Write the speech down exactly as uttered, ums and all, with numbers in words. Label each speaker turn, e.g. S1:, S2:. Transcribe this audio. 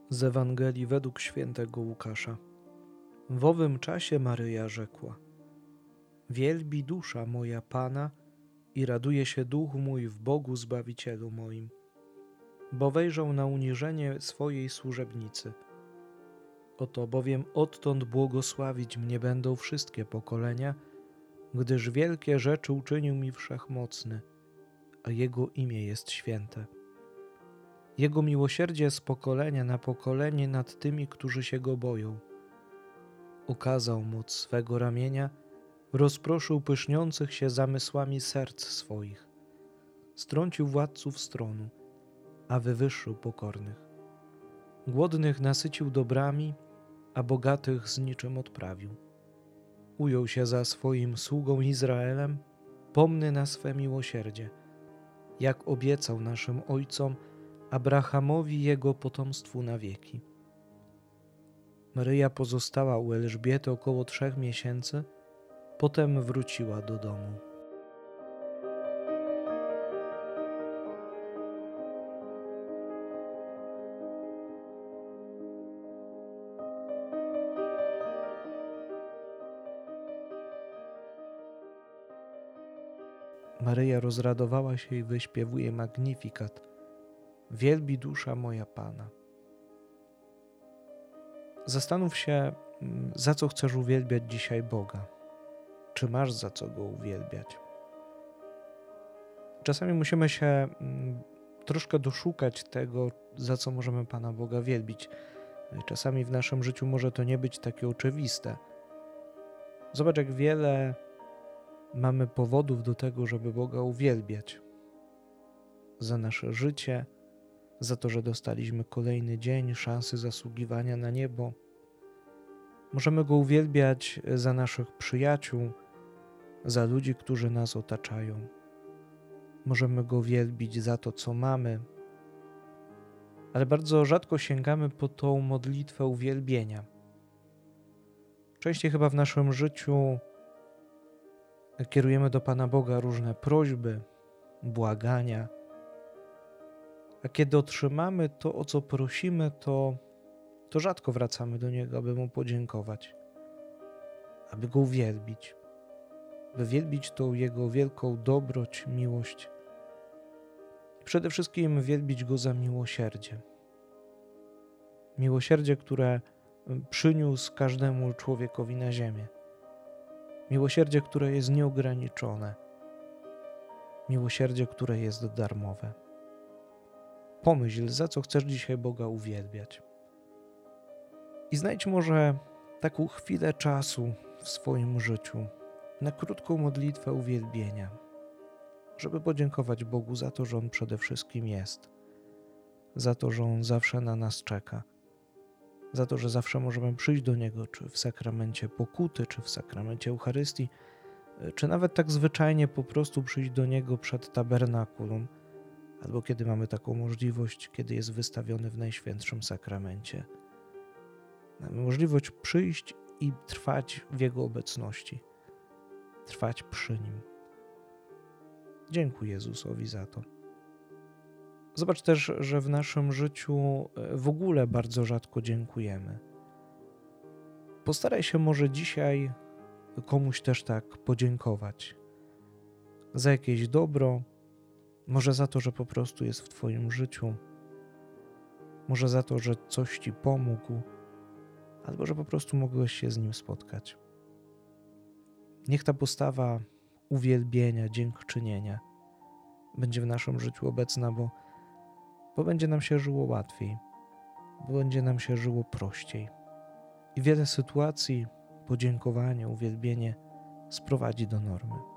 S1: Z Ewangelii według świętego Łukasza. W owym czasie Maryja rzekła: Wielbi dusza moja Pana i raduje się duch mój w Bogu Zbawicielu moim, bo wejrzał na uniżenie swojej służebnicy. Oto bowiem odtąd błogosławić mnie będą wszystkie pokolenia, gdyż wielkie rzeczy uczynił mi Wszechmocny, a Jego imię jest święte. Jego miłosierdzie z pokolenia na pokolenie nad tymi, którzy się Go boją. Okazał moc swego ramienia, rozproszył pyszniących się zamysłami serc swoich. Strącił władców stronu, a wywyższył pokornych. Głodnych nasycił dobrami, a bogatych z niczym odprawił. Ujął się za swoim sługą Izraelem, pomny na swe miłosierdzie, jak obiecał naszym ojcom, Abrahamowi jego potomstwu na wieki. Maryja pozostała u Elżbiety około trzech miesięcy, potem wróciła do domu. Maryja rozradowała się i wyśpiewuje Magnifikat. Wielbi dusza moja Pana. Zastanów się, za co chcesz uwielbiać dzisiaj Boga. Czy masz za co Go uwielbiać? Czasami musimy się troszkę doszukać tego, za co możemy Pana Boga wielbić. Czasami w naszym życiu może to nie być takie oczywiste. Zobacz, jak wiele mamy powodów do tego, żeby Boga uwielbiać. Za nasze życie, za to, że dostaliśmy kolejny dzień, szansy zasługiwania na niebo. Możemy Go uwielbiać za naszych przyjaciół, za ludzi, którzy nas otaczają. Możemy Go wielbić za to, co mamy, ale bardzo rzadko sięgamy po tą modlitwę uwielbienia. Częściej chyba w naszym życiu kierujemy do Pana Boga różne prośby, błagania, a kiedy otrzymamy to, o co prosimy, to, to rzadko wracamy do Niego, aby Mu podziękować, aby Go uwielbić, by wielbić tą Jego wielką dobroć, miłość i przede wszystkim wielbić Go za miłosierdzie. Miłosierdzie, które przyniósł każdemu człowiekowi na ziemię. Miłosierdzie, które jest nieograniczone. Miłosierdzie, które jest darmowe. Pomyśl, za co chcesz dzisiaj Boga uwielbiać. I znajdź może taką chwilę czasu w swoim życiu na krótką modlitwę uwielbienia, żeby podziękować Bogu za to, że On przede wszystkim jest, za to, że On zawsze na nas czeka, za to, że zawsze możemy przyjść do Niego, czy w sakramencie pokuty, czy w sakramencie Eucharystii, czy nawet tak zwyczajnie po prostu przyjść do Niego przed tabernakulum, albo kiedy mamy taką możliwość, kiedy jest wystawiony w Najświętszym Sakramencie. Mamy możliwość przyjść i trwać w Jego obecności, trwać przy Nim. Dziękuję Jezusowi za to. Zobacz też, że w naszym życiu w ogóle bardzo rzadko dziękujemy. Postaraj się może dzisiaj komuś też tak podziękować za jakieś dobro, może za to, że po prostu jest w Twoim życiu, może za to, że coś Ci pomógł, albo że po prostu mogłeś się z Nim spotkać. Niech ta postawa uwielbienia, dziękczynienia będzie w naszym życiu obecna, bo, bo będzie nam się żyło łatwiej, bo będzie nam się żyło prościej. I wiele sytuacji podziękowanie, uwielbienie sprowadzi do normy.